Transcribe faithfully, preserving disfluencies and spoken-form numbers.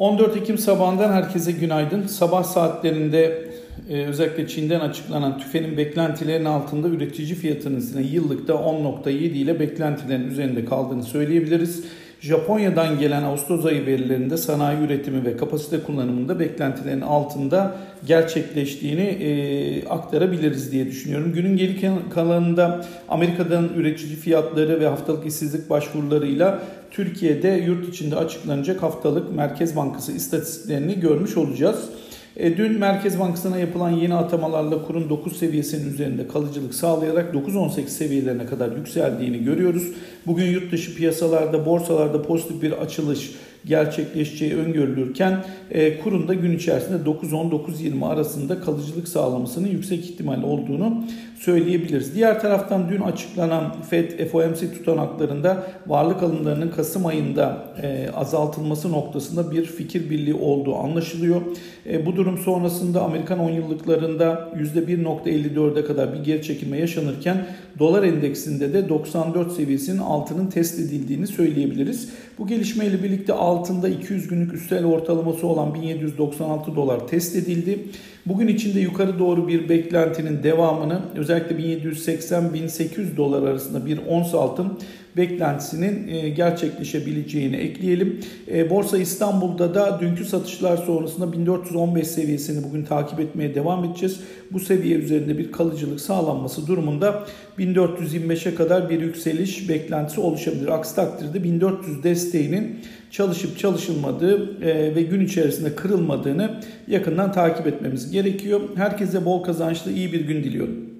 on dört Ekim sabahından herkese günaydın. Sabah saatlerinde e, özellikle Çin'den açıklanan tüfenin beklentilerin altında üretici fiyatının yıllıkta on nokta yedi ile beklentilerin üzerinde kaldığını söyleyebiliriz. Japonya'dan gelen Ağustos ayı verilerinde sanayi üretimi ve kapasite kullanımında beklentilerin altında gerçekleştiğini e, aktarabiliriz diye düşünüyorum. Günün geri kalanında Amerika'dan üretici fiyatları ve haftalık işsizlik başvurularıyla Türkiye'de yurt içinde açıklanacak haftalık Merkez Bankası istatistiklerini görmüş olacağız. E, dün Merkez Bankası'na yapılan yeni atamalarla kurun dokuz seviyesinin üzerinde kalıcılık sağlayarak dokuz on sekiz seviyelerine kadar yükseldiğini görüyoruz. Bugün yurt dışı piyasalarda, borsalarda pozitif bir açılış gerçekleşeceği öngörülürken e, kurun da gün içerisinde dokuz on dokuz yirmi arasında kalıcılık sağlamasının yüksek ihtimal olduğunu söyleyebiliriz. Diğer taraftan dün açıklanan Fed F O M C tutanaklarında varlık alımlarının Kasım ayında e, azaltılması noktasında bir fikir birliği olduğu anlaşılıyor. E, bu durum sonrasında Amerikan on yıllıklarında yüzde bir nokta elli dörde kadar bir geri çekilme yaşanırken dolar endeksinde de doksan dört seviyesinin altının test edildiğini söyleyebiliriz. Bu gelişmeyle birlikte altında iki yüz günlük üstel ortalaması olan bin yedi yüz doksan altı dolar test edildi. Bugün içinde yukarı doğru bir beklentinin devamını özellikle bin yedi yüz seksen bin sekiz yüz dolar arasında bir ons altın beklentisinin gerçekleşebileceğini ekleyelim. Borsa İstanbul'da da dünkü satışlar sonrasında bin dört yüz on beş seviyesini bugün takip etmeye devam edeceğiz. Bu seviye üzerinde bir kalıcılık sağlanması durumunda bin dört yüz yirmi beşe kadar bir yükseliş beklentisi oluşabilir. Aksi takdirde bin dört yüz desteğinin çalışıp çalışılmadığı ve gün içerisinde kırılmadığını yakından takip etmemiz gerekiyor. Herkese bol kazançlı iyi bir gün diliyorum.